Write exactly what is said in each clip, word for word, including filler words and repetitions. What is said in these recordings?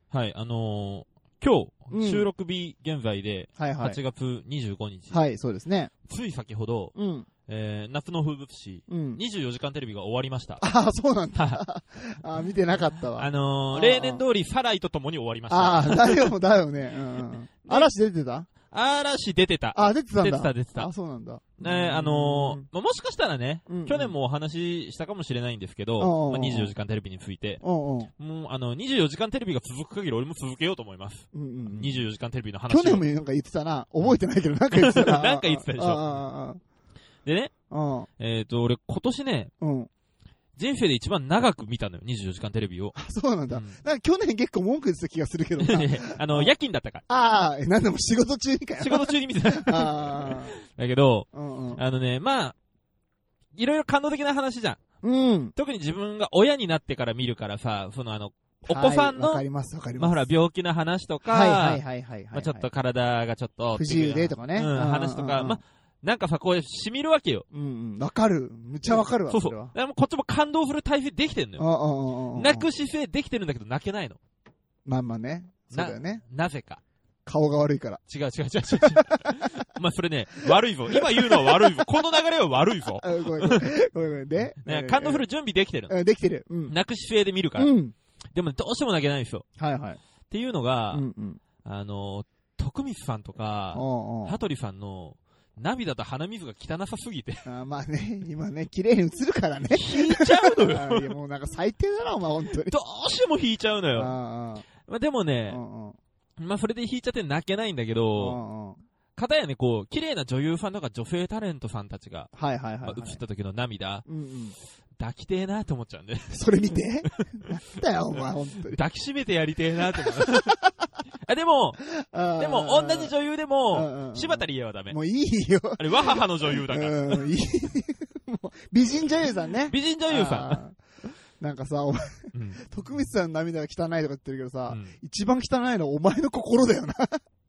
はい、あのー、今日、収録日現在で、はちがつにじゅうごにち。 はい、そうですね。 つい先ほど、うん、えー、夏の風物詩、うん、にじゅうよじかんテレビが終わりました。 ああ、そうなんだ。あ見てなかったわ。 あのー、例年通り、サライと共に終わりました。 ああ、だよ、だよね。うんうん、嵐出てた嵐出てた。 あ、出てたんだ。 出てた、出てた。 あ、そうなんだ。 ね、あのー、まあ、もしかしたらね、うんうん、去年もお話ししたかもしれないんですけど、まあ、にじゅうよじかんテレビについて、もう、あの、にじゅうよじかんテレビが続く限り俺も続けようと思います。うんうん、にじゅうよじかんテレビの話を。 去年もなんか言ってたな。覚えてないけど、なんか言ってたな。 なんか言ってたでしょ。でね、えっと、俺今年ね、うん人生で一番長く見たのよ、にじゅうよじかんテレビを。 あ、そうなんだ。うん、なんか去年結構文句言ってた気がするけどな。 あの、夜勤だったから。 ああ、なんでも仕事中にかよ。 仕事中に見てた。あだけど、うんうん、あのね、まあ、いろいろ感動的な話じゃん。うん。特に自分が親になってから見るからさ、そのあの、お子さんの、 わかります、わかります。 まあほら、病気の話とか、 はいはいはいはい。 まあちょっと体がちょっと、 不自由でとかね。 うん、話とか、まあ、なんかさ、こう、染みるわけよ。 うんうん。わかる。むっちゃわかるわ。 そうそう。でもこっちも感動する体制できてんのよ。泣く姿勢できてるんだけど泣けないの。 まあまあね。そうだよね。 な、なぜか。 顔が悪いから。 違う違う違う違う。まあそれね、悪いぞ。今言うのは悪いぞ。この流れは悪いぞ。 ごめんごめん。ごめんごめん。で、 ね、感動する準備できてる。 うん、できてる。 うん。泣く姿勢で見るから。うん。でもどうしても泣けないんですよ。 はいはい。 っていうのが、うんうん、あの、徳光さんとか、羽鳥さんの、涙と鼻水が汚さすぎて。 あまあね、今ね、綺麗に映るからね。 引いちゃうのよ。 いやもうなんか最低だな、お前、ほんとに。 どうしても引いちゃうのよ。あまあでもね、うんうん、まあそれで引いちゃって泣けないんだけど、かたやね、こう、綺麗な女優さんとか女性タレントさんたちが、はいはいはい、はいまあ、映った時の涙、うんうん、抱きてえなって思っちゃうんで。 それ見てなんだよ、お前、ほんとに。 抱きしめてやりてえなって思う。あでも、でも、同じ女優でも、柴田理恵はダメ。 もういいよ。 あれ、わ母の女優だから。うん、いいもう美人女優さんね。 美人女優さん。 なんかさ、お前、うん、徳光さんの涙が汚いとか言ってるけどさ、うん、一番汚いのはお前の心だよな。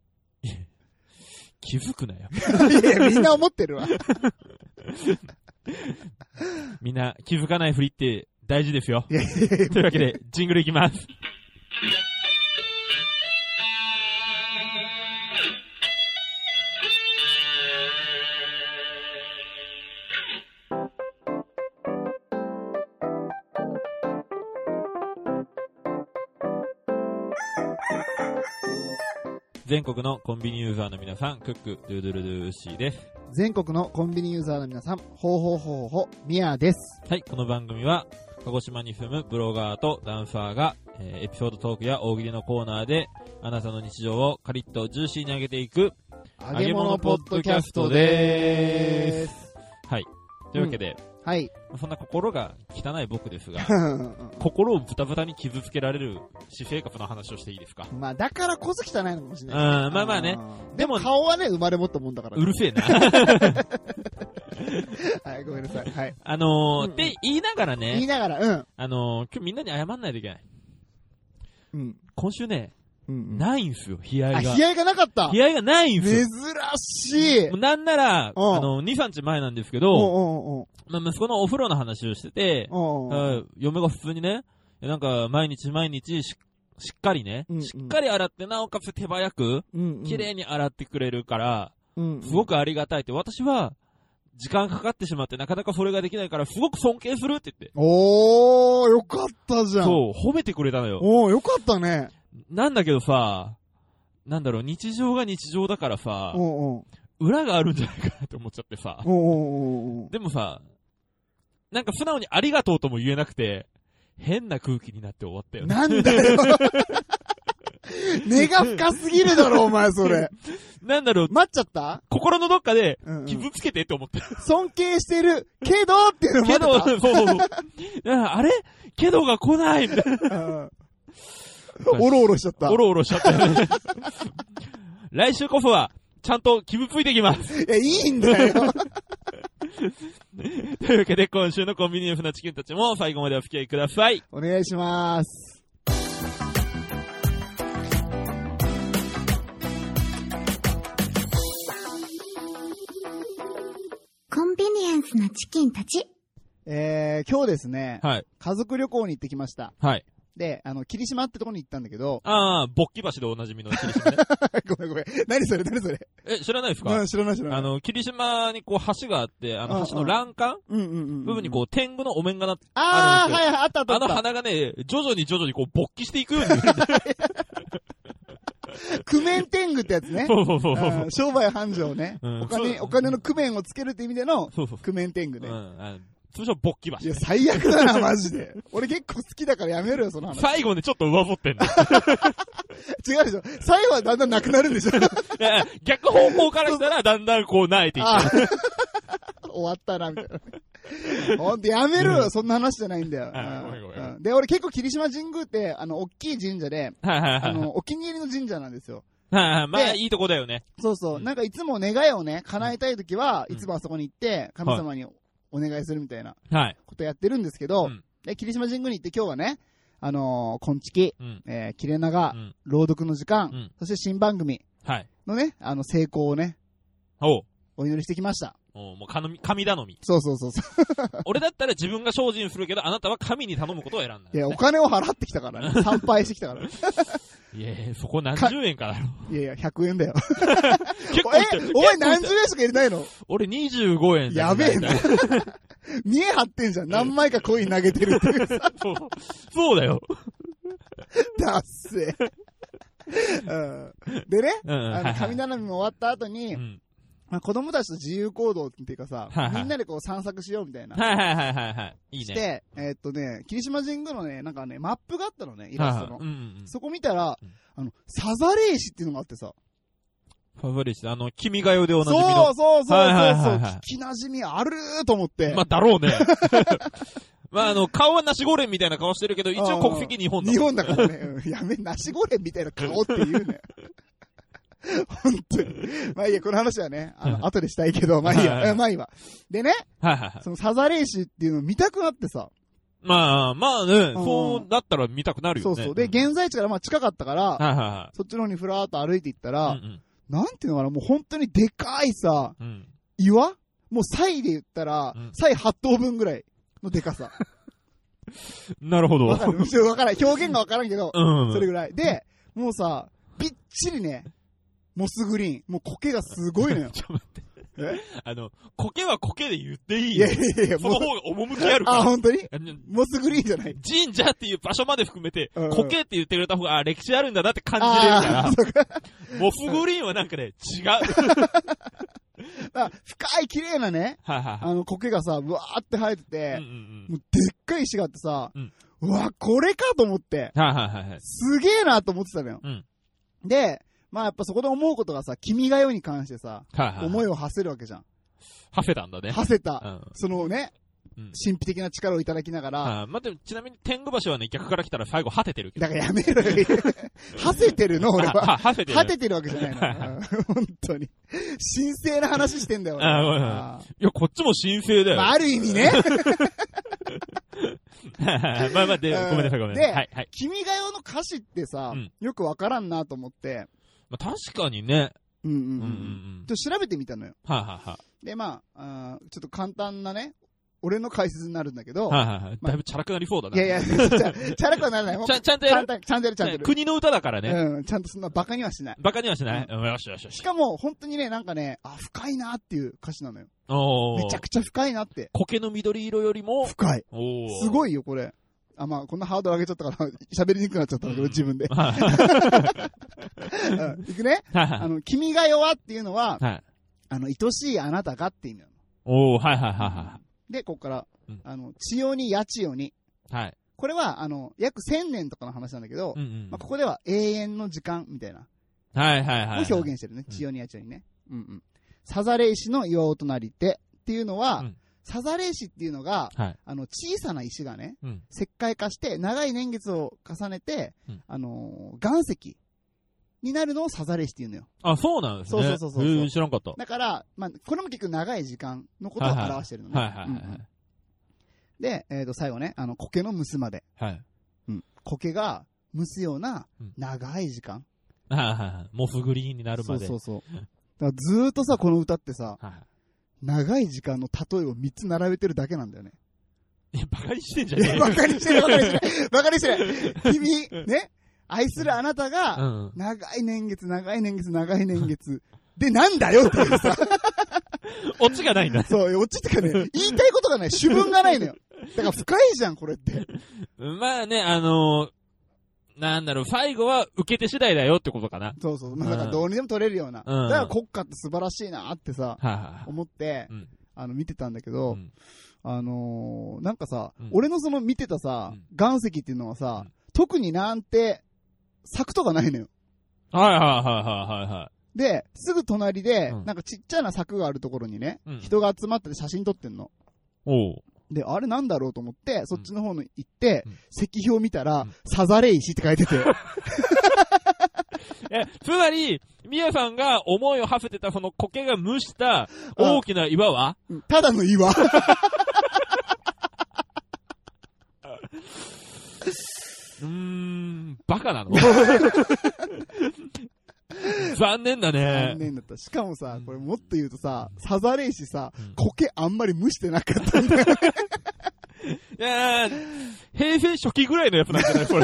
気づくなよ。 いや、みんな思ってるわ。 みんな気づかないふりって大事ですよ。というわけで、ジングルいきます。全国のコンビニユーザーの皆さん、クック、ドゥードゥルドゥーシーです。 全国のコンビニユーザーの皆さん、ほうほうほうほう、ミヤです。 はい、この番組は、鹿児島に住むブロガーとダンサーが、えー、エピソードトークや大喜利のコーナーで、あなたの日常をカリッとジューシーに上げていく、 揚げ物ポッドキャストでーす。 はい。というわけで、うんはい。 そんな心が汚い僕ですが、心をブタブタに傷つけられる私生活の話をしていいですか？ まあ、だからこそ汚いのかもしれない。 うん、まあまあね。 でも、顔はね、生まれ持ったもんだから、ね。 うるせえな。 はい、ごめんなさい。はい。 あのー、うん、って言いながらね。 言いながら、うん。 あのー、今日みんなに謝んないといけない。うん。今週ね、うんうん、ないんすよ、悲哀が。 あ、悲哀がなかった。 悲哀がないんすよ。 珍しい。 なんなら、あの、に、さんにちまえなんですけど、おうおうおうまあ、息子のお風呂の話をしてて、おうおう嫁が普通にね、なんか毎日毎日し、しっかりね、うんうん、しっかり洗って、なおかつ手早く、うんうん、綺麗に洗ってくれるから、うんうん、すごくありがたいって、私は、時間かかってしまってなかなかそれができないからすごく尊敬するって言って。 おー、よかったじゃん。 そう、褒めてくれたのよ。 おー、よかったね。 なんだけどさ、なんだろう、日常が日常だからさ、おうおう裏があるんじゃないかなって思っちゃってさ。おうおうおうでもさ、なんか素直にありがとうとも言えなくて、変な空気になって終わったよね。 なんだよ。根が深すぎるだろ、お前それ。 なんだろう。 待っちゃった？ 心のどっかで、傷つけてって思ってる。 尊敬してる、けどっていうの待ってた。けど、そうそうそう。 あれけどが来ないみたいな。 おろおろしちゃった。 おろおろしちゃったよね。来週こそは、ちゃんと傷ついてきます。 いや、いいんだよ。 というわけで、今週のコンビニエンスなチキンたちも最後までお付き合いください。 お願いします。 コンビニエンスなチキンたち。 えー、今日ですね、 はい、 家族旅行に行ってきました。 はい。 で、あの、霧島ってとこに行ったんだけど。 ああ、勃起橋でおなじみの霧島ね。 ごめんごめん。何それ何それ。 え、知らないですか？ 知らない知らない。 あの、霧島にこう橋があって、あの橋の欄干部分にこう天狗のお面がなってあるんですよ。 ああ、はいはい、あったあった。 あの花がね、徐々に徐々にこう勃起していくように見える。 クメン天狗ってやつね。 そうそうそうそう。 商売繁盛ね。お金、お金のクメンをつけるって意味での、クメン天狗ね。 通称勃起橋。 いや、最悪だな、マジで。俺結構好きだからやめろよ、その話。 最後ね、ちょっと上ぼってんの。 違うでしょ。最後はだんだんなくなるんでしょ。 逆方向からしたらだんだんこう萎えていってる。 終わったな、みたいな。ほんとやめろよ、そんな話じゃないんだよ。で、俺結構霧島神宮って、あの、大きい神社で、あの、お気に入りの神社なんですよ。 はいはい、まあ、いいとこだよね。 そうそう。なんかいつも願いをね、叶えたいときは、いつもあそこに行って、神様にお願いするみたいな、ことやってるんですけど、で、霧島神宮に行って今日はね、あのー、こんちき、うん、えー、切れ長、うん、朗読の時間、うん、そして新番組のね、はい、あの、成功をね、お, お祈りしてきました。 おもう神、神頼み。 そうそうそうそう。 俺だったら自分が精進するけど、あなたは神に頼むことを選んだ、ね。 いや、お金を払ってきたからね。参拝してきたからね。 いやいや、そこ何十円かだろ。 いやいや、ひゃくえんだよ。結構え、お前何十円しか入れないの？ 俺にじゅうごえんだよ。 やべえな。見え張ってんじゃん。何枚かコイン投げてるっていうさ。 そう。そうだよ。 だっせ。うん。でね、うん、あの、神頼みも終わった後に、うんまあ、子供たちと自由行動っていうかさ、はいはい、みんなでこう散策しようみたいな。 はいはいはいはいはい。いいね。 して、えー、っとね、霧島神宮のね、なんかね、マップがあったのね、イラストの。はいはいうんうん、そこ見たら、うん、あの、サザレ石っていうのがあってさ。 サザレ石あの、君が代でおなじみの。 そうそうそうそう、はいはいはいはい、聞き馴染みあるーと思って。 まあ、だろうね。まあ、あの、顔はナシゴレンみたいな顔してるけど、一応国籍日本だ。日本だからね。やめ、ナシゴレンみたいな顔って言うね。本当に。まあいいや、この話はね、あの、後でしたいけど、まあいいや、まあいいわ。でね、はいはいはい、そのサザレ石っていうのを見たくなってさ。 まあ、まあね、そうだったら見たくなるよね。 そうそう。で、現在地からまあ近かったから、はいはいはい、そっちの方にふらーっと歩いていったら、うんうん、なんていうのかな、もう本当にでかいさ、うん、岩もうサイで言ったら、うん、サイはちとうぶんぐらいのでかさ。 なるほど。 わかる。むしろわからん。表現がわからんけど、うんうん、それぐらい。で、もうさ、びっちりね、モスグリーン。もう苔がすごいのよ。 ちょっと待って。えあの、苔は苔で言っていいよ。いやいやいや、その方が趣あるから。 あ、本当にモスグリーンじゃない。 神社っていう場所まで含めて、うん、苔って言ってくれた方が、あ、歴史あるんだなって感じれるから。モスグリーンはなんかね、違う。 あ深い綺麗なね、はいはいはい、あの苔がさ、うわーって生えてて、うんうんうん、もうでっかい石があってさ、うん、うわ、これかと思って、はいはいはいはい、すげえなと思ってたのよ。うん、で、まあやっぱそこで思うことがさ、君が代に関してさ、はいはいはい、思いを馳せるわけじゃん。 馳せたんだね。 馳せた。うん、そのね、うん、神秘的な力をいただきながら。 あまあ、でもちなみに天狗橋はね、逆から来たら最後果ててるけど。 だからやめろよ。馳せてるの俺は。 は、せてる。 果ててるわけじゃないの。本当に。神聖な話してんだよ。 ああいや、こっちも神聖だよ。 まあ、ある意味ね。 まあまあ、で、ごめんなさいごめんなさい。 で、はいはい、君が代の歌詞ってさ、うん、よくわからんなと思って。 まあ、確かにね。 うんうんうん。うんうん、ちょっと調べてみたのよ。 はいはいはい。 で、まあ、あちょっと簡単なね、俺の解説になるんだけど。 はいはいはい。だいぶチャラくなりそうだね。 いやいや、チャラくはならない。 ちゃん、ちゃんとやる。 ちゃんとやる、ちゃんとやる。 国の歌だからね。 うん、ちゃんとそんなバカにはしない。 バカにはしない、うん、よしよしよし。 しかも、本当にね、なんかね、あ、深いなっていう歌詞なのよ。おめちゃくちゃ深いなって。 苔の緑色よりも深い。おすごいよ、これ。あ、まあ、こんなハードル上げちゃったから、喋りにくくなっちゃったんだけど、自分で。うん、いくね。あの、君が代はっていうのは、はい、あの、愛しいあなたがって意味なの。 おー、はいはいはいはい。 で、ここから、うん、あの、千代に八千代に。はい。これは、あの、約千年とかの話なんだけど、うんうん、まあ、ここでは永遠の時間みたいな。 はいはいはい。 を表現してるね。千代に八千代にね。うんうん。サザレ石の岩お隣手っていうのは、うん、サザレ石っていうのが、はい、あの、小さな石がね、うん、石灰化して、長い年月を重ねて、うん、あのー、岩石になるのをサザレ石っていうのよ。 あ、そうなんですね。 そうそうそうそう。 えー、知らんかった。 だから、まあ、これも結構長い時間のことを表してるのね。はいはいはい、はいうんうん。で、えっ、ー、と、最後ね、あの、苔の蒸すまで。はい。うん。苔が蒸すような長い時間。 うん、はいはいはい。モスグリーンになるまで。 そうそうそう。だからずーっとさ、この歌ってさ、はい、長い時間の例えをみっつ並べてるだけなんだよね。 いや、バカにしてんじゃねえよ。 バカにしてる、バカにしてる。バカにしてる。君、ね、愛するあなたが、長い年月、長い年月、長い年月。で、なんだよっていうさ。 オチがないんだ。 そう、オチってかね、言いたいことがない、主文がないのよ。だから深いじゃん、これって。 まあね、あのー、なんだろう、最後は受け手次第だよってことかな。 そうそう。まあ、だからどうにでも取れるような。うん、だから国家って素晴らしいなってさ、うん、思って、うん、あの、見てたんだけど、うん、あのー、なんかさ、うん、俺のその見てたさ、うん、岩石っていうのはさ、うん、特になんて、柵とかないのよ。 はいはいはいはいはい。 で、すぐ隣で、うん、なんかちっちゃな柵があるところにね、うん、人が集まってて写真撮ってんの。 おう。 で、あれなんだろうと思って、そっちの方に行って、うん、石碑を見たら、うん、サザレ石って書いてて。 え、つまり、ミヤさんが思いを馳せてたその苔が蒸した大きな岩は、 うん、ただの岩。 うーん、バカなの残念だね。 残念だった。しかもさ、これもっと言うとさ、サザレ石さ、うん、苔あんまり蒸してなかったんだよね。 いやー、平成初期ぐらいのやつなんじゃないこれ。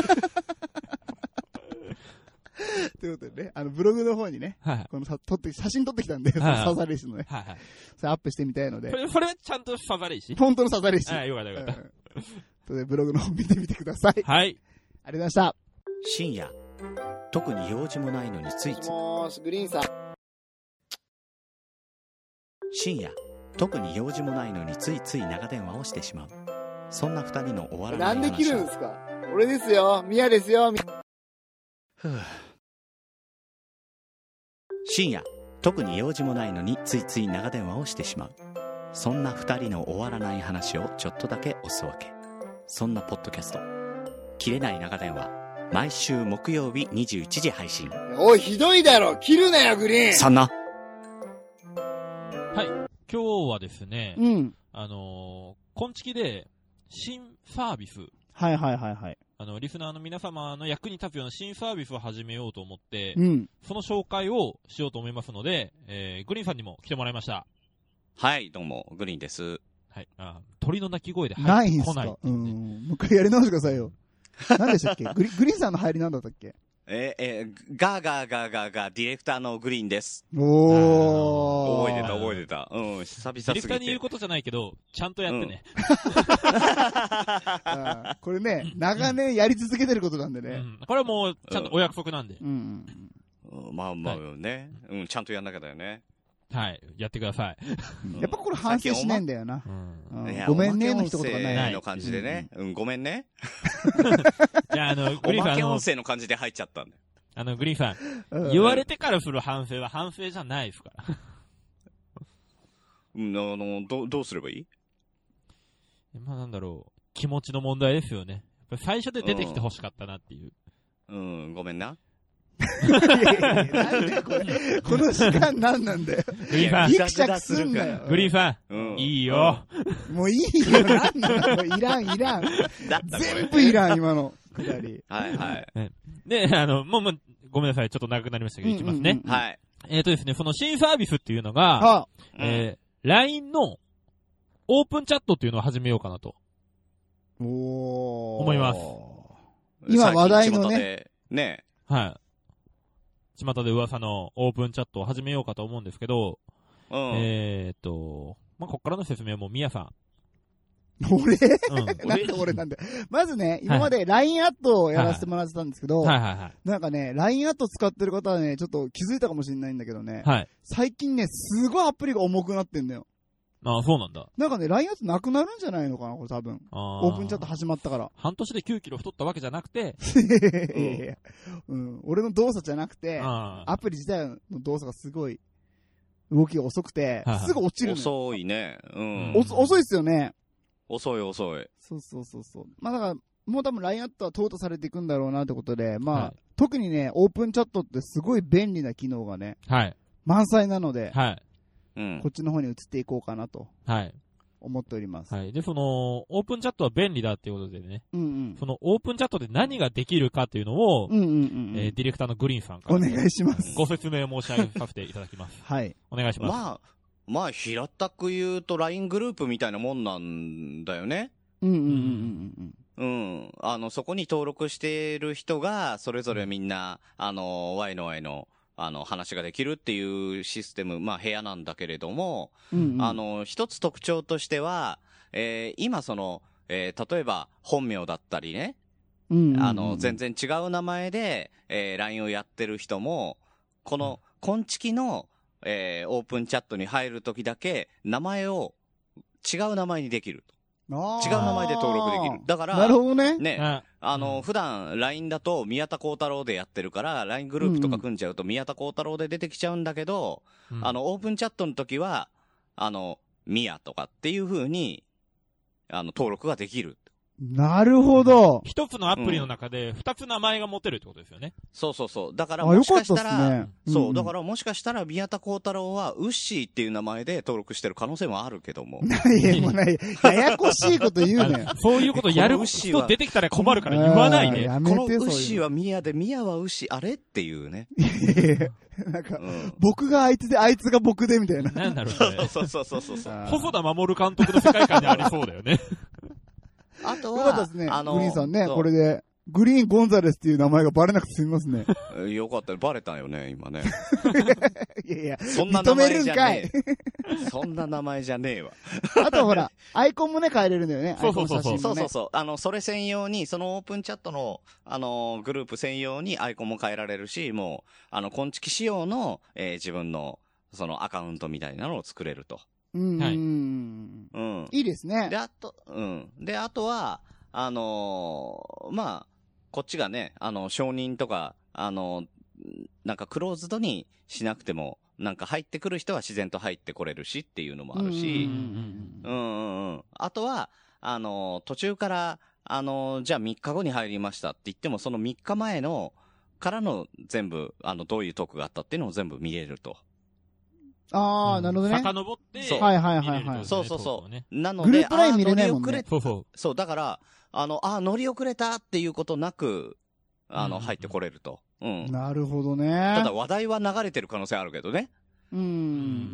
ということでね、あの、ブログの方にね、はい、このさ、撮って、写真撮ってきたんで、はいはい、サザレ石のね、はいはい、それアップしてみたいので。 これ、それはちゃんとサザレ石？ 本当のサザレ石。 はい、よかったよかった。ということで、ブログの方見てみてください。 はい。 ありがとうございました。 深夜、特に用事もないのについつい。もーし、グリーンさん。 深夜、特に用事もないのについつい長電話をしてしまう。そんな二人の終わらない話。 なんで切るんですか？俺ですよ、ミヤですよ。 ふぅ。深夜、特に用事もないのについつい長電話をしてしまう。そんな二人の終わらない話をちょっとだけおすわけ。そんなポッドキャスト、切れない長電話、毎週木曜日にじゅういちじ配信。 おい、ひどいだろ、切るなよグリーン。 そんな。 はい、今日はですね、うん、あのー、こんちきで新サービス、 はいはいはいはい、 あのリスナーの皆様の役に立つような新サービスを始めようと思って、うん、その紹介をしようと思いますので、えー、グリーンさんにも来てもらいました。 はい、どうもグリーンです。 はい、あ、鳥の鳴き声で入ってこないっていうね。 ないんすか？うん、もう一回やり直してくださいよ。何でしたっけ？グリ、グリーンさんの入り何だったっけ？ えー、えー、ガーガーガーガーガーディレクターのグリーンです。 おー。覚えてた覚えてた。うん、久々すぎて。ディレクターに言うことじゃないけど、ちゃんとやってね。 うん、これね、長年やり続けてることなんでね。うん、 これはもう、ちゃんとお約束なんで。 うんうん、まあまあね、はい、うん、ちゃんとやんなきゃだよね。 はい、やってください。 やっぱこれ反省しないんだよな。うんうん、ごめんねの一言がない。 の感じでね。うん、うん、ごめんね。 いや、あの、グリーンさん。 おまけ音声の感じで入っちゃったんだよ。 あの、グリーンさん。言われてからする反省は反省じゃないですから。 うん、あの、ど、どうすればいい？ まあなんだろう。気持ちの問題ですよね。やっぱ最初で出てきて欲しかったなっていう。 うん、うん、ごめんな。 いやいやいや、なんだこれ。この時間何なんだよ。 グリーンさん。 ギクシャクすんなよ。 グリーンさん。うん、いいよ。 もういいよ。なんだよ。いらん、いらん。全部いらん、今のくだり。 はいはい。 で、あの、もう、もう、ごめんなさい。ちょっと長くなりましたけど、いきますね。 はい。 えっとですね、その新サービスっていうのが、はあ、えー、ライン のオープンチャットっていうのを始めようかなと。 おー。 思います。 今話題のね。 ね。 はい。巷で噂のオープンチャットを始めようかと思うんですけど、うん、えーっと、まあ、こっからの説明はもうミヤさん。 俺、うん、なんで俺なんだよ。まずね、今まで ライン アットをやらせてもらってたんですけど、はいはいはい、なんかね、ライン アット使ってる方はね、ちょっと気づいたかもしれないんだけどね、はい、最近ね、すごいアプリが重くなってんだよ。 ああ、そうなんだ。 なんかね、ライン アットなくなるんじゃないのかな、これ多分。オープンチャット始まったから。 半年できゅうキロ太ったわけじゃなくて、 うん、俺の動作じゃなくて、アプリ自体の動作がすごい、動きが遅くて、すぐ落ちるの。 遅いね。うん。 お遅いっすよね。 遅い遅い。 そうそうそうそう。まあだから、もう多分 ライン アットは淘汰されていくんだろうなってことで、まあ、はい、特にね、オープンチャットってすごい便利な機能がね、はい、満載なので、はい、うん、こっちの方に移っていこうかなと、はい、思っております。 はい。で、その、オープンチャットは便利だっていうことでね、うんうん、そのオープンチャットで何ができるかっていうのを、うんうんうん、えー、ディレクターのグリーンさんから、 お願いします。 ご説明を申し上げさせていただきます。はい。お願いします。 まあ、まあ、平たく言うと ライン グループみたいなもんなんだよね。 うんうんうんうんうん。あの、そこに登録している人が、それぞれみんな、あの、Y の Y の、あの、話ができるっていうシステム、まあ、部屋なんだけれども、うんうん、あの、一つ特徴としては、えー、今その、えー、例えば、本名だったりね、うんうんうん、あの、全然違う名前で、えー、ライン をやってる人も、この、コンチキの、えー、オープンチャットに入るときだけ、名前を違う名前にできる。違う名前で登録できる。だから、 なるほどね。 ね、あの、うん、普段 ライン だと宮田幸太郎でやってるから、ライン グループとか組んじゃうと宮田幸太郎で出てきちゃうんだけど、うん、あの、オープンチャットの時は、あの、宮とかっていう風に、あの、登録ができる。 なるほど。 一つのアプリの中で二つ名前が持てるってことですよね。 うん、そうそうそう。だからもしかしたら、 ねうん、 そう、だからもしかしたら宮田幸太郎はウッシーっていう名前で登録してる可能性もあるけども。 いや、もうない。ややこしいこと言うね。 そういうことやる人出てきたら困るから言わないで。 やめてこのウッシーは宮で、宮はウッシー、あれっていうね。 なんか、うん、僕があいつで、あいつが僕でみたいな。 なんだろうね。 そうそうそうそうそう。 細田守監督の世界観にありそうだよね。 あとは、 よかったですね。あのー、グリーンさんね、これで、グリーン・ゴンザレスっていう名前がバレなくて済みますね。 よかった、バレたよね、今ね。 いやいや、 そんな名前じゃねえ。そんな名前じゃねえわ。 あとほら、アイコンもね、変えれるんだよね。 そうそうそうそう。 ね、 そうそうそう。あの、それ専用に、そのオープンチャットの、あの、グループ専用にアイコンも変えられるし、もう、あの、コンチキ仕様の、えー、自分の、そのアカウントみたいなのを作れると。 うん。はい。うん。 いいですね。 で、あと、うん。で、あとは、あのー、まあ、こっちがね、あの、承認とか、あの、なんかクローズドにしなくても、なんか入ってくる人は自然と入ってこれるしっていうのもあるし、うんうんうん。あとは、あの、途中から、あの、じゃあみっかごに入りましたって言っても、そのみっかまえの、からの全部、あの、どういうトークがあったっていうのを全部見れると。 ああ、うん、なるほどね。 遡って、 そう。はいはいはいはい。 そうそうそう。ね、なので、グループライン見れないもんね。 そうそう。 そう、だから、あの、あ、乗り遅れたっていうことなく、あの、うん、入ってこれると。うん。 なるほどね。 ただ話題は流れてる可能性あるけどね。 うん。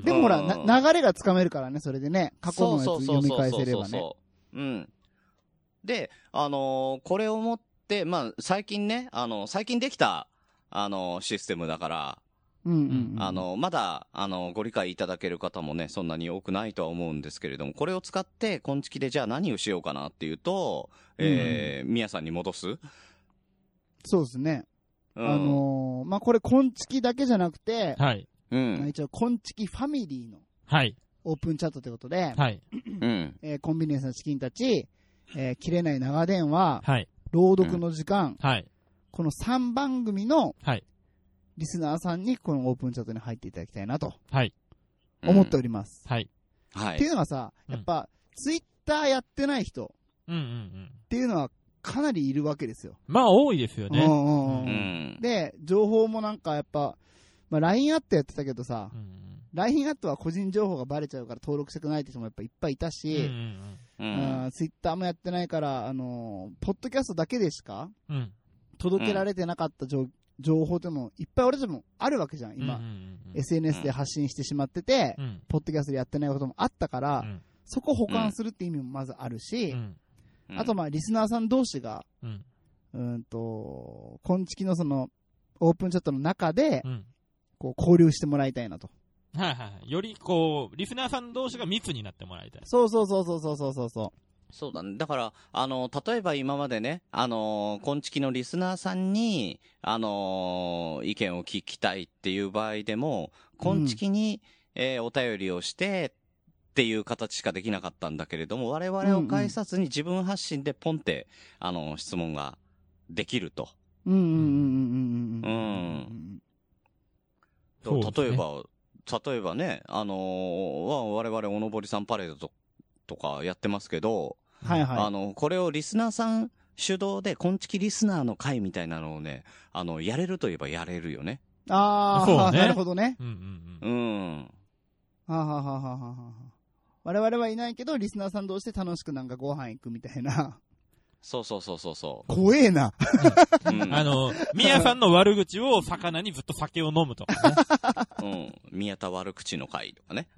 でもほら、な、流れがつかめるからね、それでね。過去のやつ読み返せればね。 そううん。で、あのー、これをもって、まあ、最近ね、あの、最近できた、あの、システムだから、 うんうんうん、 あの、まだ、あの、ご理解いただける方もね、そんなに多くないとは思うんですけれども、これを使って、コンチキでじゃあ何をしようかなっていうと、うん、えー、みやさんに戻す？ そうですね。うん、あのー、まあ、これ、コンチキだけじゃなくて、 はい。 うん。 まあ、一応、コンチキファミリーの、 はい。 オープンチャットということで、 はい。 うん。 えー、コンビニエンスのチキンたち、えー、切れない長電話、 はい。 朗読の時間、 うん、はい。 このさんばんぐみの、 はい。 リスナーさんにこのオープンチャットに入っていただきたいなと。 はい。 思っております。 うん、はい。 はい。 っていうのがさ、やっぱ、うん、ツイッターやってない人。 うんうんうん。 っていうのはかなりいるわけですよ。 まあ多いですよね。 うんうんうんうん、 で、情報もなんかやっぱ、まあ ライン アットやってたけどさ、うん、ライン アットは個人情報がバレちゃうから登録したくないって人もやっぱいっぱいいたし、 うんうんうん、ツイッターもやってないから、あのー、ポッドキャストだけでしか、 うん、 届けられてなかった情、情報でもいっぱい俺たちもあるわけじゃん、今。うんうんうん、エスエヌエス で発信してしまってて、うん、ポッドキャストでやってないこともあったから、うん、そこを補完するって意味もまずあるし、うんうん、あとまあリスナーさん同士が、うん、うんと、コンチキのその、オープンチャットの中で、うん、こう交流してもらいたいなと。 はいはい。よりこう、リスナーさん同士が密になってもらいたい。 そうそうそうそうそうそうそうそう。 そうだね。だから、あの、例えば今までね、あの、コンチキのリスナーさんに、あの、意見を聞きたいっていう場合でも、コンチキに、うん、えー、お便りをして、っていう形しかできなかったんだけれども、我々を介さずに自分発信でポンって、あの、質問ができると。 うんうんうんうんうん。 うん。例えば、例えばね、あのー、我々おのぼりさんパレードととかやってますけど、 はいはい。 あの、これをリスナーさん主導で、コンチキリスナーの会みたいなのをね、あの、やれるといえばやれるよね。 ああ、ね、なるほどね。 うんうんうん。うん。 はははははは。我々はいないけど、リスナーさん同士で楽しくなんかご飯行くみたいな。 そうそうそうそうそう。 怖えな。 うん、あの、宮さんの悪口を魚にずっと酒を飲むとかね。 うん。宮田悪口の会とかね。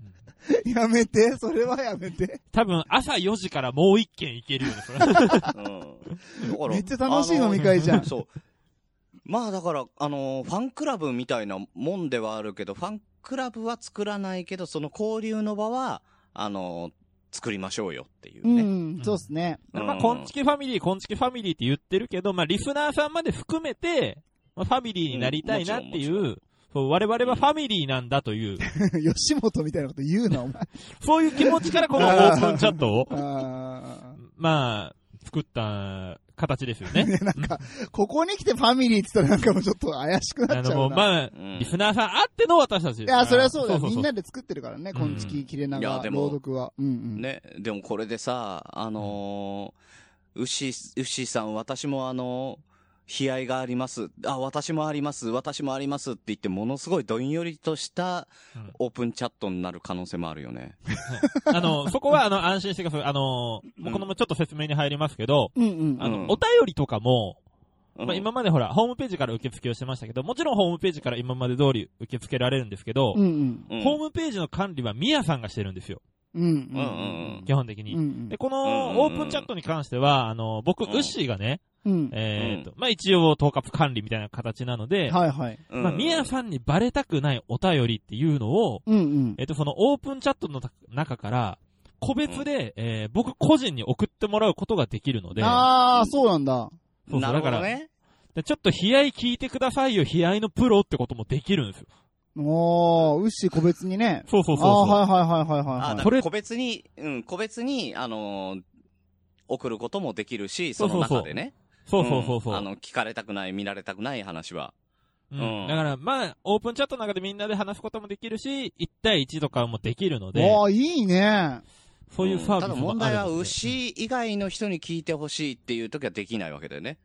やめて、それはやめて。 多分朝よじからもう一軒行けるよね、それ。 うん、めっちゃ楽しい飲み会じゃん。 そう。まあだから、あのー、ファンクラブみたいなもんではあるけど、ファンクラブは作らないけど、その交流の場は、あのー、作りましょうよっていうね。 うん、そうですね。 うん、まあ、こんちきファミリー、こんちきファミリーって言ってるけど、まあ、リスナーさんまで含めて、まあ、ファミリーになりたいなっていう、うん、そう我々はファミリーなんだという。 吉本みたいなこと言うな、お前。 そういう気持ちからこのオープンチャットを、まあ、作った形ですよね。 なんか、ここに来てファミリーって言ったらなんかもうちょっと怪しくなっちゃうな。あの、 まあ、リスナーさんあっての私たちです。 いや、それはそうだよ。みんなで作ってるからね、こんちき切れ長朗読は。 うんうん。ね、でもこれでさ、あのー、ウッシー、ウッシーさん、私もあのー、悲哀があります。あ、私もあります。私もありますって言って、ものすごいどんよりとしたオープンチャットになる可能性もあるよね。 うん、あの、そこはあの、安心してください。あの、うん、このままちょっと説明に入りますけど、うんうん、あの、お便りとかも、まあ、今までほら、ホームページから受付をしてましたけど、もちろんホームページから今まで通り受け付けられるんですけど、うんうん、ホームページの管理はミヤさんがしてるんですよ。うんうんうん、基本的に、うんうん。で、このオープンチャットに関しては、あの、僕、うん、ウッシーがね、うん、えっと、うん、まあ、一応、統括管理みたいな形なので、はいはい。まあ、ミヤさんにバレたくないお便りっていうのを、うんうん、えっと、そのオープンチャットの中から、個別で、うん、えー、僕個人に送ってもらうことができるので。 ああ、そうなんだ。 そうそう、なるほどね。だからちょっと悲哀聞いてくださいよ、悲哀のプロってこともできるんですよ。 おー、ウッシー個別にね。 そうそうそうそう。 あー、はいはいはいはいはい、はい。 あ、だから個別に、うん、個別に、あのー、送ることもできるし、その中でね。 そうそうそうそう。 うん、あの、聞かれたくない、見られたくない話は。 うん。うん、だから、まあ、オープンチャットの中でみんなで話すこともできるし、いち対いちとかもできるので。 ああ、いいね。 そういうサービスもある、ね、うん、ただ問題は、牛以外の人に聞いてほしいっていう時はできないわけだよね。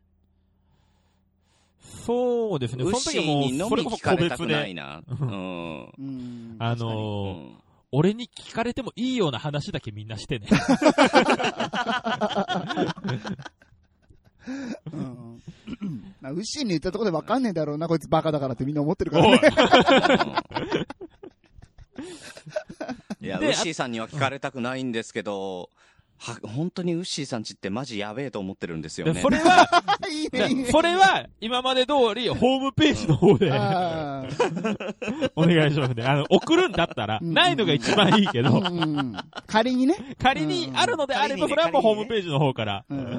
そうですね。その時はもう、それこそ個別で。 うん。 あのーうん、俺に聞かれてもいいような話だけみんなしてね。 うん。ウッシーに言ったところで分かんねえだろうな、こいつバカだからってみんな思ってるからね。 いや、ウッシーさんには聞かれたくないんですけど、は、本当にウッシーさんちってマジやべえと思ってるんですよね。 それは、いいねいいね、それは今まで通りホームページの方で、お願いしますね。あの、送るんだったら、ないのが一番いいけど、うんうん、 仮にね。 仮にあるのであれば、それはもうホームページの方から、うんうん、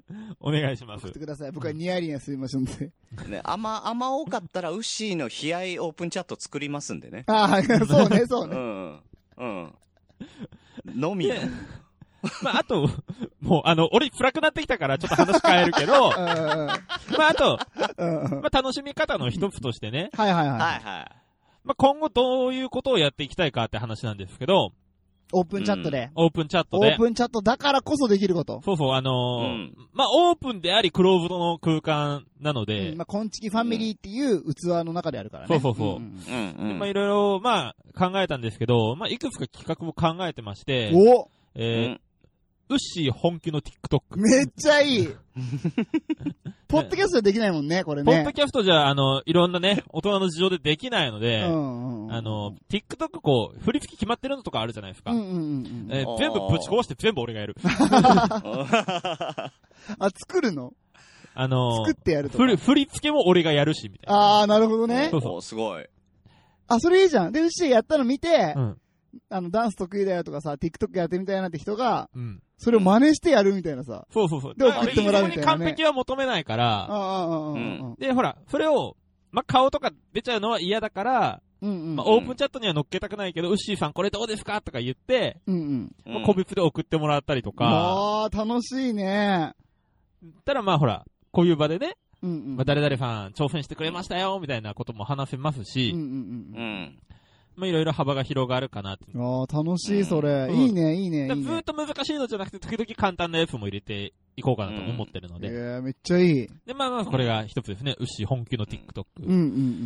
お願いします。 送ってください。僕はニヤリヤすみませんで。 ね、あんま、あんま多かったら、ウッシーの悲哀オープンチャット作りますんでね。 ああ、そうね、そうね。 うん。うん。のみ。 まあ、あと、もう、あの、俺暗くなってきたからちょっと話変えるけど、まあ、あと、まあ、楽しみ方の一つとしてね。 はいはいはい。はいはい。 まあ、今後どういうことをやっていきたいかって話なんですけど、 オープンチャットで、 うん。オープンチャットで。 オープンチャットだからこそできること。 そうそう、あのーうん、まあ、オープンでありクローズドの空間なので。 うん、まあ、こんちきファミリーっていう器の中であるからね。 そうそうそう。うんうんうん、まあ、いろいろ、まあ、考えたんですけど、まあ、いくつか企画も考えてまして、 おえー、うんウッシー本気の TikTok。 めっちゃいいポッドキャストでできないもんね、これね。 ポッドキャストじゃ、あの、いろんなね、大人の事情でできないので、うんうん、あの、TikTok こう、振り付け決まってるのとかあるじゃないですか。うんうんうんえー、全部ぶち壊して全部俺がやる。 あ、作るのあのー、 作ってやるとか。 振り付けも俺がやるし、みたいな。 あー、なるほどね。 そうそう、すごい。 あ、それいいじゃん。で、ウッシーやったの見て、うんあの、ダンス得意だよとかさ、TikTok やってみたいなって人が、うん、それを真似してやるみたいなさ。 そうそうそう。 で、送ってもらうみたいな、ね。 完璧は求めないから、ああああうん、で、ほら、それを、まあ、顔とか出ちゃうのは嫌だから、うんうんまあ、オープンチャットには乗っけたくないけど、ウッシーさんこれどうですかとか言って、うんうんまあ、個別で送ってもらったりとか。 ああ、楽しいね。 たらまあほら、こういう場でね、うんうんまあ、誰々ファン挑戦してくれましたよ、みたいなことも話せますし、うんうんうんうんまあ、いろいろ幅が広がるかなって。 ああ、楽しい、それ。うん、いいね、いいね。いいねずーっと難しいのじゃなくて、時々簡単なやつも入れていこうかなと思ってるので。 うん、いやめっちゃいい。 で、まあまあ、これが一つですね。うっしー本気の TikTok。うんうんうん。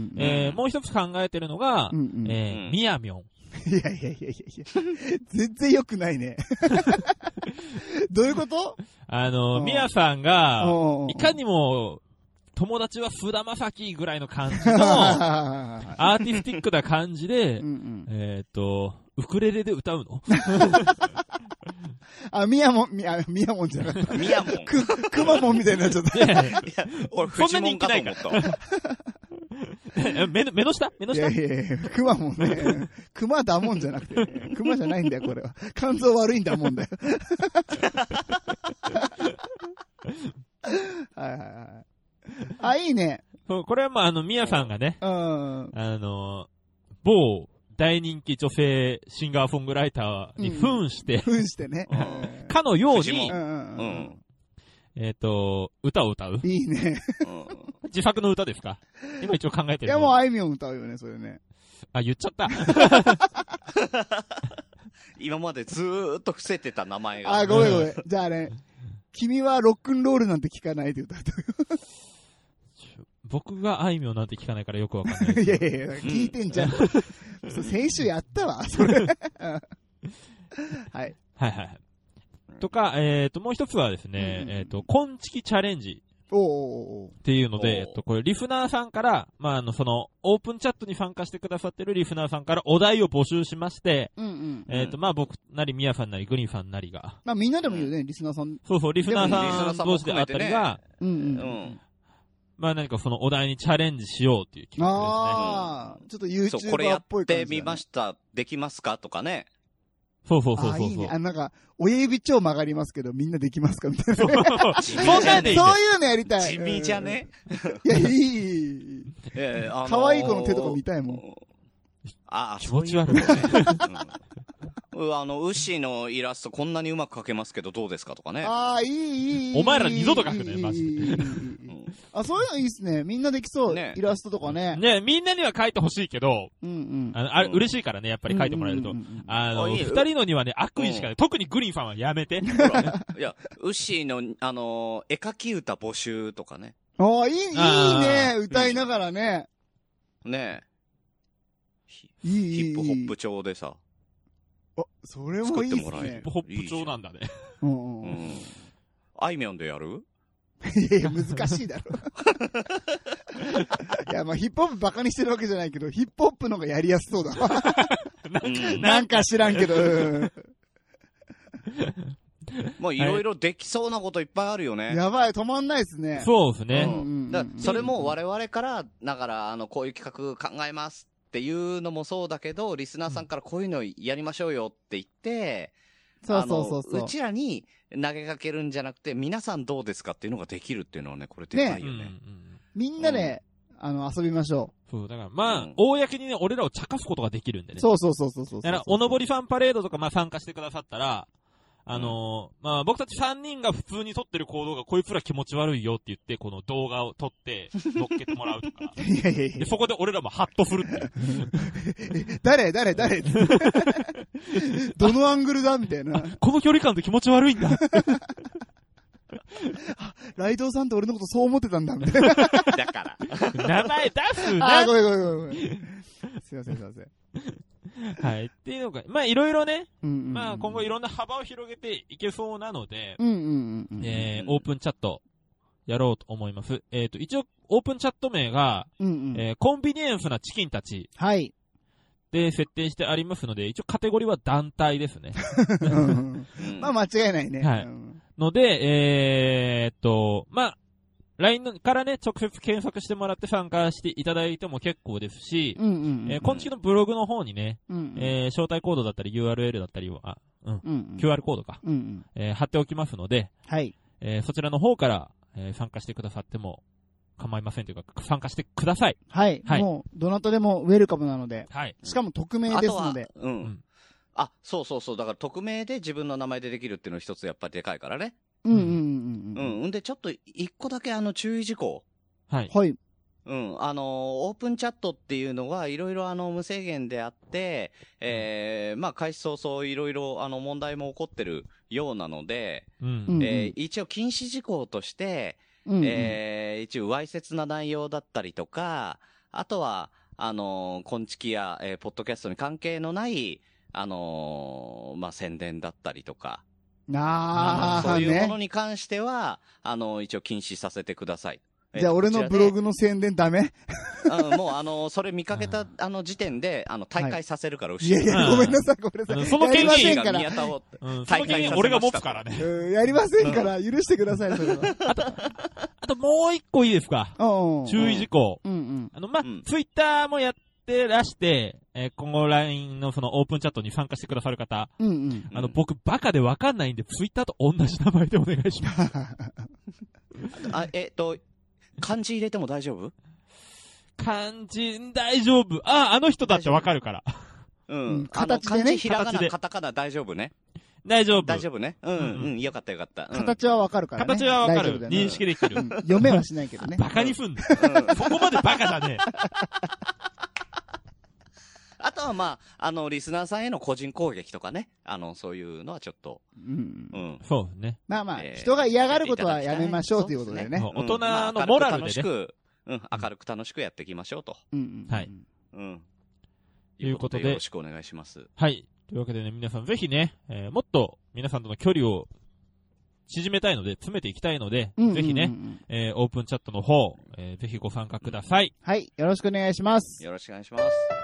えー、もう一つ考えてるのが、うんうん、えー、みやみょん。 いやいやいやいやいや。全然良くないね。どういうことあの、みやさんが、いかにも、 友達は福田正樹ぐらいの感じの、アーティスティックな感じで、うんうん、えっ、ー、と、ウクレレで歌うのあ、ミヤモン、ミヤ、ミヤモンじゃなかった。 ミヤモン。 く、くまモンみたいになっちゃった。いやいや俺、フジモンかと思った。 目の、目の下目の下いやいやいや、クマもんね。クマだもんじゃなくて、クマじゃないんだよ、これは。肝臓悪いんだもんだよ。はいはいはい。あ、いいね。 そう、これはまあ、あの、ミヤさんがね、うん、あの、某大人気女性シンガーソングライターに扮して、 うん、扮してね。 かのように、うんうんうんえっ、ー、と、歌を歌ういいね。 自作の歌ですか今一応考えてる。 いやもうあいみょん歌うよね、それね。 あ、言っちゃった。 今までずーっと伏せてた名前が。 あ、ごめんごめん。じゃあね、君はロックンロールなんて聞かないで歌うと。 僕があいみょんなんて聞かないからよくわかんない。 いやいやいや、聞いてんじゃん。先週やったわ、それ。はい。 はいはいはい。とか、えっ、ー、と、もう一つはですね、うん、えっ、ー、と、こんちきチャレンジ。っていうので、えっと、これ、リフナーさんから、まあ、あの、その、オープンチャットに参加してくださってるリフナーさんからお題を募集しまして、うんうん、えっと、まあ、僕なり、ミヤさんなり、グリーンさんなりが。 まあ、みんなでもいいよね、リスナーさん。 そうそう、リフナーさん同士であったりが、うんうん。まあ、何かそのお題にチャレンジしようっていう企画ですね。 ああ、ちょっと YouTuber っぽい感じ、ね。そう、 これやってみました、できますかとかね。 そうそうそうそう。あ、いいね。あ、なんか、親指超曲がりますけど、みんなできますかみたいな、ね。 そうそういうのやりたい。 地味じゃね、 いや、いい。えー、あのー、可愛い子の手とか見たいもん。 ああ、 気持ち悪い、ね。 うん、あの、ウッシーのイラストこんなにうまく描けますけどどうですかとかね。 ああ、いい、いい、いい。 お前ら二度と描くね、マジで。 あ、そういうのいいっすね。みんなできそう。ね、イラストとかね。 ね、みんなには描いてほしいけど、うんうん。あの、あれ、嬉しいからね、やっぱり描いてもらえると。あの、二人のにはね、悪意しかない。特にグリーンファンはやめて。 いや、ウッシーの、あの、絵描き歌募集とかね。 ああ、いい、いいね。歌いながらね。 ねえ。いい、 ヒップホップ調でさ。 あ、それもいいっすね。 ヒップホップ調なんだね。 うんうん。 あいみょんでやる？ いやいや、難しいだろ。いや、まあ、ヒップホップバカにしてるわけじゃないけど、ヒップホップの方がやりやすそうだわ。なんか知らんけど。 もういろいろできそうなこといっぱいあるよね。 やばい、止まんないですね。 そうですね。 うん、だそれも我々から、だから、あの、こういう企画考えますっていうのもそうだけど、リスナーさんからこういうのやりましょうよって言って、 そうそうそうそう。 うちらに投げかけるんじゃなくて、皆さんどうですかっていうのができるっていうのはね、これでかいよね。ねうんうん、みんなで、うん、あの、遊びましょう。そう、だからまあ、うん、公にね、俺らを茶化すことができるんでね。 そうそうそうそうそう。 だから、おのぼりファンパレードとか、まあ参加してくださったら、あのー、まあ僕たちさんにんが普通に撮ってる行動がこいつら気持ち悪いよって言って、この動画を撮って乗っけてもらうとか。 いやいやいや。 で、そこで俺らもハッとするって。 誰誰誰どのアングルだみたいな。 この距離感って気持ち悪いんだ。 ライドウさんって俺のことそう思ってたんだみたいな。だから。 名前出すな。 あ、ごめんごめんごめん。すいませんすいません。 はい。っていうのが、まあいろいろね、うんうんうん、まあ今後いろんな幅を広げていけそうなので、うんうんうんうん、えー、オープンチャットやろうと思います。えっ、ー、と、一応オープンチャット名が、うんうん、えー、コンビニエンスなチキンたち。はい。で設定してありますので、一応カテゴリーは団体ですね。 まあ間違いないね。 はい。ので、えー、っと、まあ、ライン からね、直接検索してもらって参加していただいても結構ですし、うんうんうんうん、えー、今月のブログの方にね、うんうん、えー、招待コードだったり ユーアールエル だったりを、あ、うん、うんうん、キューアール コードか、うんうん、えー、貼っておきますので、はい、えー、そちらの方から、えー、参加してくださっても構いませんというか、参加してください。 はい。はい、もう、どなたでもウェルカムなので、はい、しかも匿名ですので。うん。うん、 あ、そうそうそう、だから匿名で自分の名前でできるっていうの一つやっぱりでかいからね。 うんうんうんうん。 うん。んで、ちょっと一個だけあの注意事項。 はい。はい。 うん。あの、オープンチャットっていうのはいろいろあの無制限であって、えー、まあ開始早々いろいろあの問題も起こってるようなので、うん、えー、一応禁止事項として、うんうん、えー、一応わいせつな内容だったりとか、あとは、あの、コンチキや、えー、ポッドキャストに関係のない、あのー、まあ、宣伝だったりとか、 ああそういうものに関しては、ね、あの、一応禁止させてください。 じゃあ俺のブログの宣伝ダメ？ うん、もうあの、それ見かけたあの時点で、あの、大会させるから、 はい、いやいや、ごめんなさい、ごめんなさい。 その権限がから宮田を、うん、その権限俺が持つからね。 うん、やりませんから、許してください、それは。 あと、あともう一個いいですか？注意事項。うんうん。あの、ま、ツイッターもやってらして、えー、今後 ライン のそのオープンチャットに参加してくださる方。うんうん。あの、僕バカでわかんないんで、ツイッターと同じ名前でお願いします。 あ、えっと、漢字入れても大丈夫？ 漢字、大丈夫。ああ、あの人だってわかるから。 うん。形でね。漢字、ひらがな、カタカナ大丈夫ね。 大丈夫。 大丈夫ね。うん、うん、うん。よかったよかった。 形はわかるからね。 形はわかる。認識できる。 読めはしないけどね。 バカにすんの。そこまでバカじゃねえ。 あとはまあ、あの、リスナーさんへの個人攻撃とかね。あの、そういうのはちょっと。うん。 うん。そうね。 まあまあ、人が嫌がることはやめましょうということでね。 大人のモラルでね。 楽しく、うん、明るく楽しくやっていきましょうと。 うん。はい。 うん。 ということで。 よろしくお願いします。 はい。というわけでね、皆さんぜひね、えー、もっと皆さんとの距離を縮めたいので、詰めていきたいので、うんうんうん、ぜひね、えー、オープンチャットの方、えー、ぜひご参加ください。 はい。よろしくお願いします。 よろしくお願いします。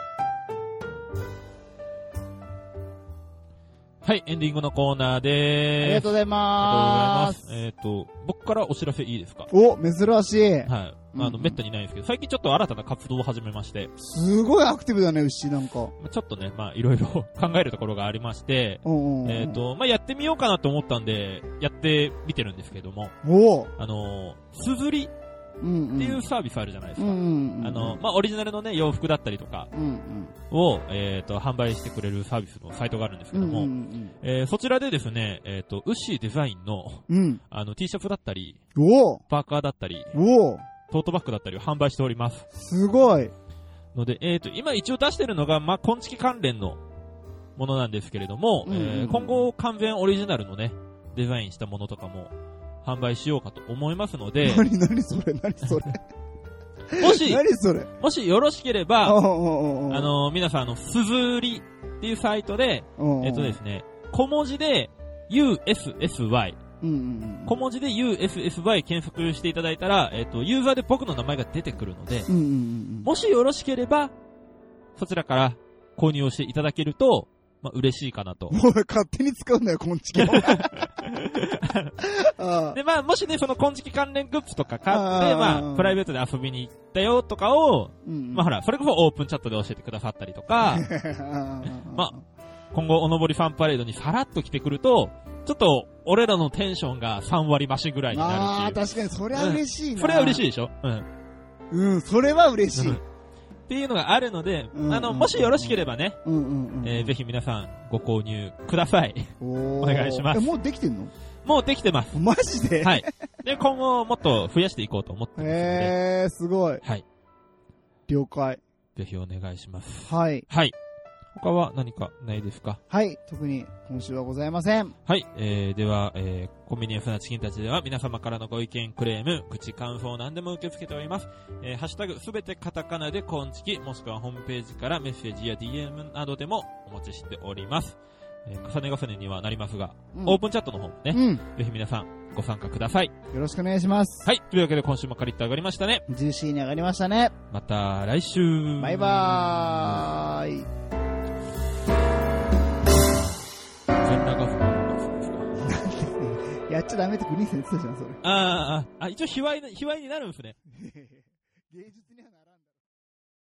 はい、エンディングのコーナーでーす。 ありがとうございまーす。 ありがとうございます。えっ、ー、と、僕からお知らせいいですか？ お、珍しい。 はい。あの、めったにないんですけど、最近ちょっと新たな活動を始めまして。 すごいアクティブだね、牛なんか。 ちょっとね、まあ、いろいろ考えるところがありまして、えっと、まあ、やってみようかなと思ったんで、やってみてるんですけども、 おあの、すずりっていうサービスあるじゃないですか。あの、まあ、オリジナルのね、洋服だったりとかを、えっと、販売してくれるサービスのサイトがあるんですけども、えー、そちらでですね、えっと、ウッシーデザインの、うん、あの、T シャツだったり、パーカーだったり、 おトートバッグだったりを販売しております。 すごい。 ので、えっと、今一応出してるのが、まあ、昆虫関連のものなんですけれども、うんうんうん、えー、今後完全オリジナルのね、デザインしたものとかも販売しようかと思いますので、 何何それ何それもし、 何それもしよろしければ、あの、皆さん、あの、すずりっていうサイトで、えっとですね、小文字で ユーエスエスワイ、うんうんうん、小文字で ユーエスエスワイ 検索していただいたら、えっと、ユーザーで僕の名前が出てくるので、うんうんうん、もしよろしければ、そちらから購入をしていただけると、まあ、嬉しいかなと。 もう勝手に使うんだよ、こんちき。で、 まあ、もしね、そのこんちき関連グッズとか買って、まあ、プライベートで遊びに行ったよとかを、うん、まあほら、それこそオープンチャットで教えてくださったりとか、まあ、今後おのぼりファンパレードにさらっと来てくると、ちょっと、俺らのテンションがさんわり増しぐらいになるっていう。 ああ、確かに、それは嬉しいな、 うん。それは嬉しいでしょ？うん。 うん、それは嬉しい。うん、 っていうのがあるので、うんうんうん、あの、もしよろしければね、うんうんうん、えー、ぜひ皆さんご購入ください。お, お願いします。 え、もうできてんの？ もうできてます。 マジで？ はい。で、今後もっと増やしていこうと思ってますので。 へー、すごい。 はい。 了解。 ぜひお願いします。 はい。 はい。他は何かないですか？ はい。特に今週はございません。 はい。えー、では、えー、コンビニエンスなチキンたちでは皆様からのご意見、クレーム、口感想何でも受け付けております。えー、ハッシュタグすべてカタカナでコンチキ、もしくはホームページからメッセージや ディーエム などでもお待ちしております。えー、重ね重ねにはなりますが、うん、オープンチャットの方もね、うん、ぜひ皆さんご参加ください。 よろしくお願いします。 はい。というわけで今週もカリッと上がりましたね。 ジューシーに上がりましたね。 また来週。 バイバーイ。やっちゃダメってグリーンさん言ってたじゃん、それ。 ああ、あ、一応卑猥な、卑猥になるんですね。 芸術